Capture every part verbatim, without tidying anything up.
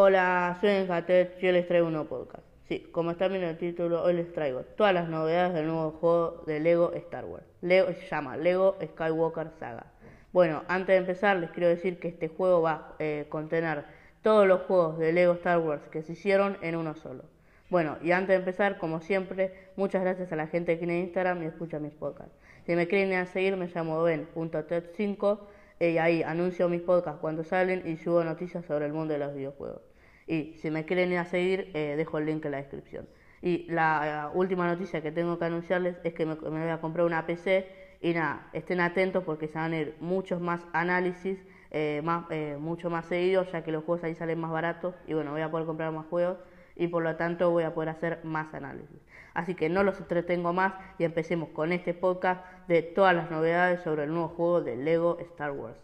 Hola, soy Enjatet, yo les traigo un nuevo podcast. Sí, como está viendo el título, hoy les traigo todas las novedades del nuevo juego de Lego Star Wars. Lego se llama Lego Skywalker Saga. Bueno, antes de empezar les quiero decir que este juego va a eh, contener todos los juegos de Lego Star Wars que se hicieron en uno solo. Bueno, y antes de empezar, como siempre, muchas gracias a la gente que tiene Instagram y escucha mis podcasts. Si me quieren ir a seguir, me llamo ben punto tet cinco y ahí anuncio mis podcasts cuando salen y subo noticias sobre el mundo de los videojuegos. Y si me quieren ir a seguir, eh, dejo el link en la descripción. Y la uh, última noticia que tengo que anunciarles es que me, me voy a comprar una P C y nada, estén atentos porque se van a ir muchos más análisis, eh, más, eh, mucho más seguidos, ya que los juegos ahí salen más baratos y bueno, voy a poder comprar más juegos y por lo tanto voy a poder hacer más análisis. Así que no los entretengo más y empecemos con este podcast de todas las novedades sobre el nuevo juego de Lego Star Wars.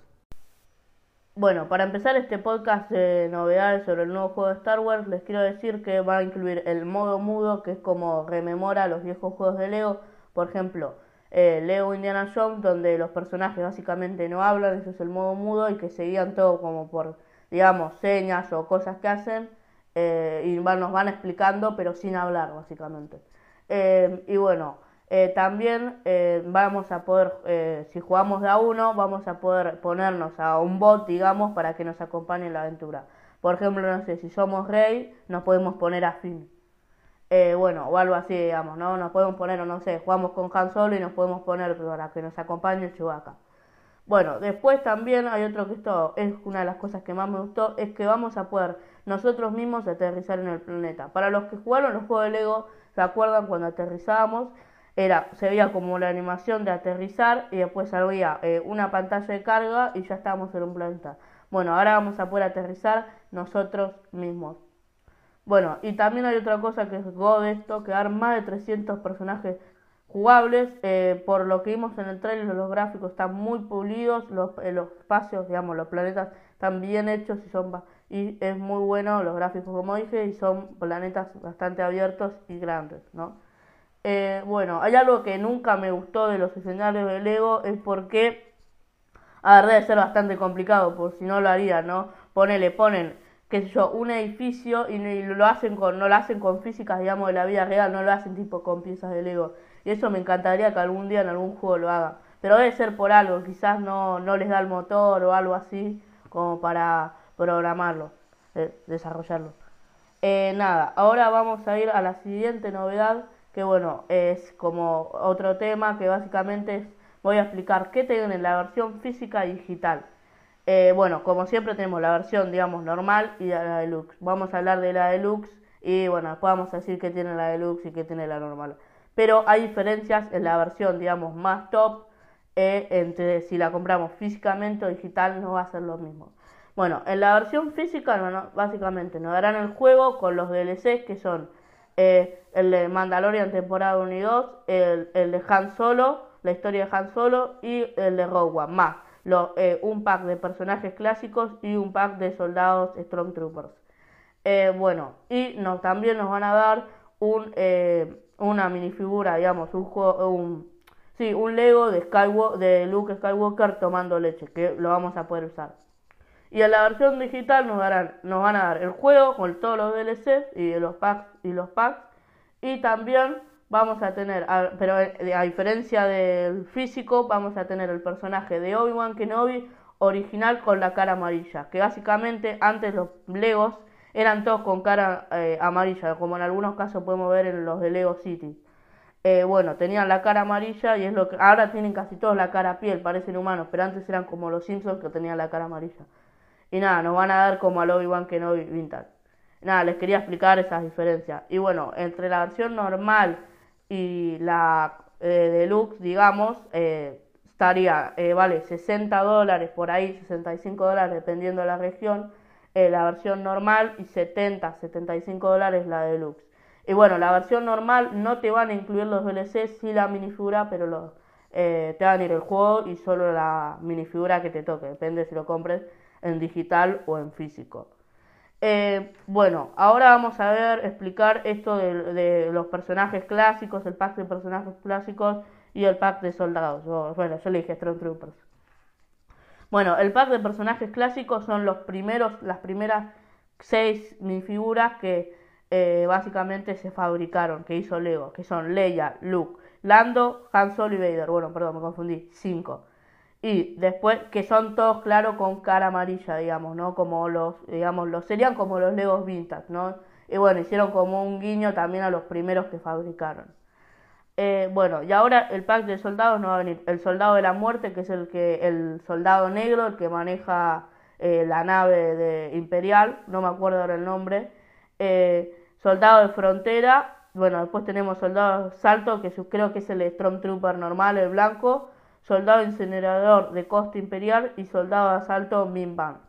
Bueno, para empezar este podcast de novedades sobre el nuevo juego de Star Wars, les quiero decir que va a incluir el modo mudo, que es como rememora los viejos juegos de Lego. Por ejemplo, eh, Lego Indiana Jones, donde los personajes básicamente no hablan, eso es el modo mudo, y que se guían todo como por, digamos, señas o cosas que hacen, eh, y van, nos van explicando, pero sin hablar, básicamente. Eh, y bueno... Eh, también eh, vamos a poder, eh, si jugamos de a uno, vamos a poder ponernos a un bot, digamos, para que nos acompañe en la aventura. Por ejemplo, no sé, si somos Rey, nos podemos poner a Finn. Eh, bueno, o algo así, digamos, ¿no? Nos podemos poner, o no sé, jugamos con Han Solo y nos podemos poner para que nos acompañe Chewbacca. Bueno, después también hay otro que esto es una de las cosas que más me gustó, es que vamos a poder nosotros mismos aterrizar en el planeta. Para los que jugaron los juegos de Lego, ¿se acuerdan cuando aterrizábamos? Era, se veía como la animación de aterrizar y después salía eh, una pantalla de carga y ya estábamos en un planeta. Bueno, ahora vamos a poder aterrizar nosotros mismos. Bueno, y también hay otra cosa que es Go de esto, que dar más de trescientos personajes jugables. Eh, por lo que vimos en el trailer, los gráficos están muy pulidos, los, eh, los espacios, digamos, los planetas están bien hechos y son y es muy bueno los gráficos, como dije, y son planetas bastante abiertos y grandes, ¿no? Eh, bueno, hay algo que nunca me gustó de los escenarios de Lego, es porque, a ver, debe ser bastante complicado, por si no lo haría, ¿no? Ponele, ponen, qué sé yo, un edificio y, y lo hacen con, no lo hacen con físicas, digamos, de la vida real, no lo hacen tipo con piezas de Lego. Y eso me encantaría que algún día en algún juego lo hagan. Pero debe ser por algo, quizás no, no les da el motor o algo así, como para programarlo, eh, desarrollarlo. Eh, nada, ahora vamos a ir a la siguiente novedad, que bueno, es como otro tema que básicamente es, voy a explicar qué tiene la versión física y digital. Eh, bueno, como siempre tenemos la versión, digamos, normal y la deluxe. Vamos a hablar de la deluxe y bueno, después vamos a decir qué tiene la deluxe y qué tiene la normal. Pero hay diferencias en la versión, digamos, más top, eh, entre si la compramos físicamente o digital no va a ser lo mismo. Bueno, en la versión física, no, no, básicamente nos darán el juego con los D L Cs que son eh, el de Mandalorian temporada uno y dos, el, el de Han Solo, la historia de Han Solo y el de Rogue One, más lo, eh, un pack de personajes clásicos y un pack de soldados Stormtroopers. Eh, bueno, y nos, también nos van a dar un, eh, una minifigura, digamos, un juego, un, sí, un Lego de, Skywalker, de Luke Skywalker tomando leche, que lo vamos a poder usar. Y en la versión digital nos darán, nos van a dar el juego con todos los D L Cs y los packs y los packs. Y también vamos a tener, a, pero a diferencia del físico, vamos a tener el personaje de Obi-Wan Kenobi original con la cara amarilla. Que básicamente antes los Legos eran todos con cara eh, amarilla, como en algunos casos podemos ver en los de Lego City. Eh, bueno, tenían la cara amarilla y es lo que ahora tienen casi todos la cara piel, parecen humanos, pero antes eran como los Simpsons que tenían la cara amarilla. Y nada, nos van a dar como al Obi-Wan Kenobi Vintage. Nada, les quería explicar esas diferencias. Y bueno, entre la versión normal y la eh, deluxe, digamos, eh, estaría, eh, vale, sesenta dólares por ahí, sesenta y cinco dólares dependiendo de la región, eh, la versión normal y setenta, setenta y cinco dólares la deluxe. Y bueno, la versión normal no te van a incluir los D L Cs, sí la minifigura, pero los, eh, te van a ir el juego y solo la minifigura que te toque, depende si lo compres en digital o en físico. Eh, bueno, ahora vamos a ver, explicar esto de, de los personajes clásicos, el pack de personajes clásicos y el pack de soldados. Yo, bueno, yo le dije Stormtroopers. Bueno, el pack de personajes clásicos son los primeros, las primeras seis minifiguras que eh, básicamente se fabricaron, que hizo Lego, que son Leia, Luke, Lando, Han Solo y Vader. Bueno, perdón, me confundí, cinco. Y después, que son todos, claro, con cara amarilla, digamos, ¿no? Como los, digamos, los serían como los Legos vintage, ¿no? Y bueno, hicieron como un guiño también a los primeros que fabricaron. Eh, bueno, y ahora el pack de soldados no va a venir. El soldado de la muerte, que es el que el soldado negro, el que maneja eh, la nave de Imperial, no me acuerdo ahora el nombre. Eh, soldado de frontera, bueno, después tenemos soldado salto, que yo creo que es el Stormtrooper normal, el blanco. Soldado incinerador de costa imperial y soldado de asalto Minban.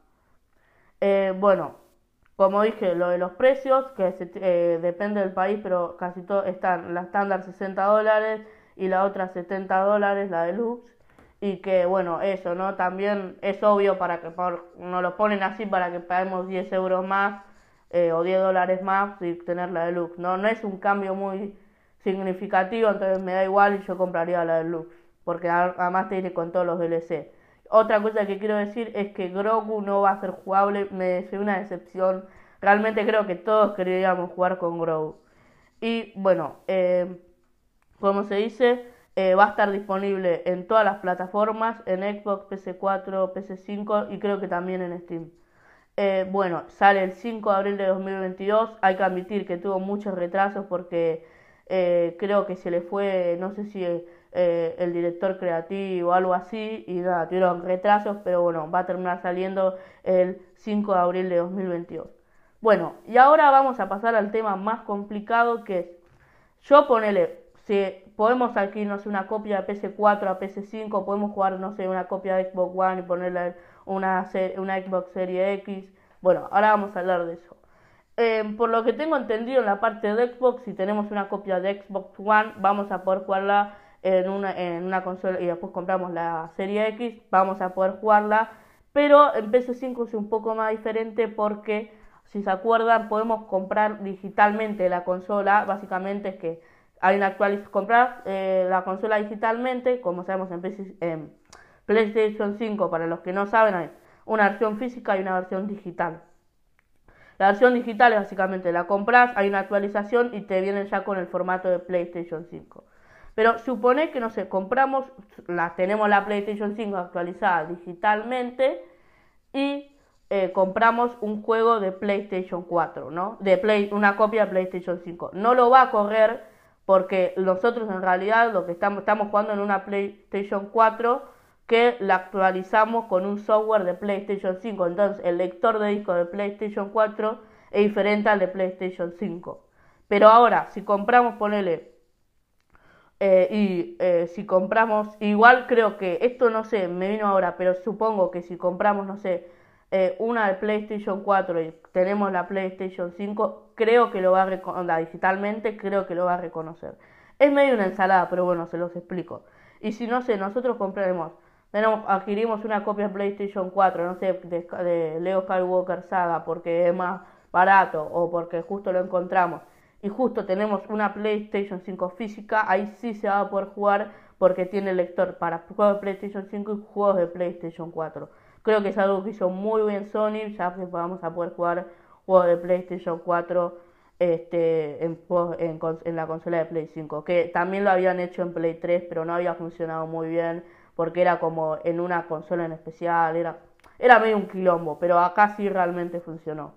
Eh, bueno, como dije, lo de los precios, que se, eh, depende del país, pero casi todo están, la estándar sesenta dólares y la otra setenta dólares, la deluxe. Y que bueno, eso, ¿no? También es obvio para que por, nos lo ponen así para que paguemos diez euros más eh, o diez dólares más y tener la deluxe. No, no es un cambio muy significativo, entonces me da igual y yo compraría la deluxe. Porque además te viene con todos los D L C. Otra cosa que quiero decir es que Grogu no va a ser jugable, me fue una decepción. Realmente creo que todos queríamos jugar con Grogu. Y bueno, eh, como se dice, eh, va a estar disponible en todas las plataformas, en Xbox, P S cuatro, P S cinco y creo que también en Steam. Eh, bueno, sale el cinco de abril de dos mil veintidós, hay que admitir que tuvo muchos retrasos porque eh, creo que se le fue, no sé si eh, el director creativo o algo así, y nada, tuvieron retrasos, pero bueno, va a terminar saliendo el cinco de abril de dos mil veintidós. Bueno, y ahora vamos a pasar al tema más complicado, que es, yo ponele, si podemos adquirir, no sé, una copia de P S cuatro a P S cinco, podemos jugar, no sé, una copia de Xbox One y ponerle una, una Xbox Series X. Bueno, ahora vamos a hablar de eso. Eh, por lo que tengo entendido en la parte de Xbox, si tenemos una copia de Xbox One, vamos a poder jugarla en una, en una consola y después compramos la Serie X, vamos a poder jugarla. Pero en P S cinco es un poco más diferente porque, si se acuerdan, podemos comprar digitalmente la consola. Básicamente es que hay una actualización, comprar eh, la consola digitalmente, como sabemos en, P C, en PlayStation cinco, para los que no saben, hay una versión física y una versión digital. La versión digital es básicamente la compras, hay una actualización y te viene ya con el formato de PlayStation cinco. Pero supone que, no sé, compramos, la, tenemos la PlayStation cinco actualizada digitalmente y eh, compramos un juego de PlayStation cuatro, ¿no? De Play, una copia de PlayStation cinco. No lo va a correr porque nosotros en realidad lo que estamos, estamos jugando en una PlayStation cuatro que la actualizamos con un software de PlayStation cinco. Entonces el lector de disco de PlayStation cuatro es diferente al de PlayStation cinco. Pero ahora, si compramos, ponele, eh, y eh, si compramos, igual creo que, esto no sé, me vino ahora, pero supongo que si compramos, no sé, eh, una de PlayStation cuatro y tenemos la PlayStation cinco, creo que lo va a reconocer, digitalmente creo que lo va a reconocer. Es medio una ensalada, pero bueno, se los explico. Y si no sé, nosotros compraremos, tenemos, adquirimos una copia de PlayStation cuatro, no sé, de, de Lego Skywalker Saga porque es más barato o porque justo lo encontramos, y justo tenemos una PlayStation cinco física, ahí sí se va a poder jugar porque tiene lector para juegos de PlayStation cinco y juegos de PlayStation cuatro. Creo que es algo que hizo muy bien Sony, ya que vamos a poder jugar juegos de PlayStation cuatro este, en, en, en la consola de Play cinco, que también lo habían hecho en Play tres, pero no había funcionado muy bien porque era como en una consola en especial, era, era medio un quilombo, pero acá sí realmente funcionó.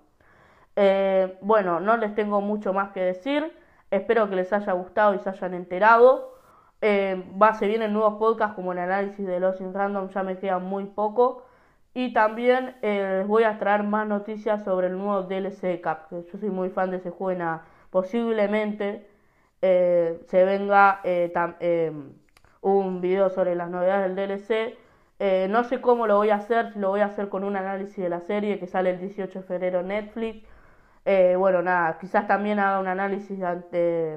Eh, bueno, no les tengo mucho más que decir. Espero que les haya gustado y se hayan enterado. Eh, va, se vienen nuevos podcasts como el análisis de Lost in Random, ya me queda muy poco. Y también eh, les voy a traer más noticias sobre el nuevo D L C de Cap, que yo soy muy fan de ese juego y nada, posiblemente eh, se venga eh, tam, eh, un video sobre las novedades del D L C. Eh, no sé cómo lo voy a hacer, si lo voy a hacer con un análisis de la serie que sale el dieciocho de febrero en Netflix. Eh, bueno, nada, quizás también haga un análisis de,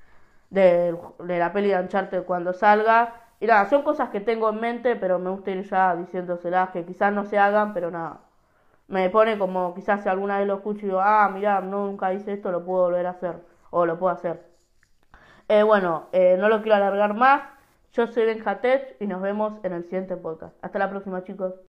de, de la peli de Uncharted cuando salga. Y nada, son cosas que tengo en mente, pero me gusta ir ya diciéndoselas, que quizás no se hagan, pero nada. Me pone como, quizás si alguna vez lo escucho y digo, ah, mirá, no, nunca hice esto, lo puedo volver a hacer, o lo puedo hacer. Eh, bueno, eh, no lo quiero alargar más. Yo soy Benjatech y nos vemos en el siguiente podcast. Hasta la próxima, chicos.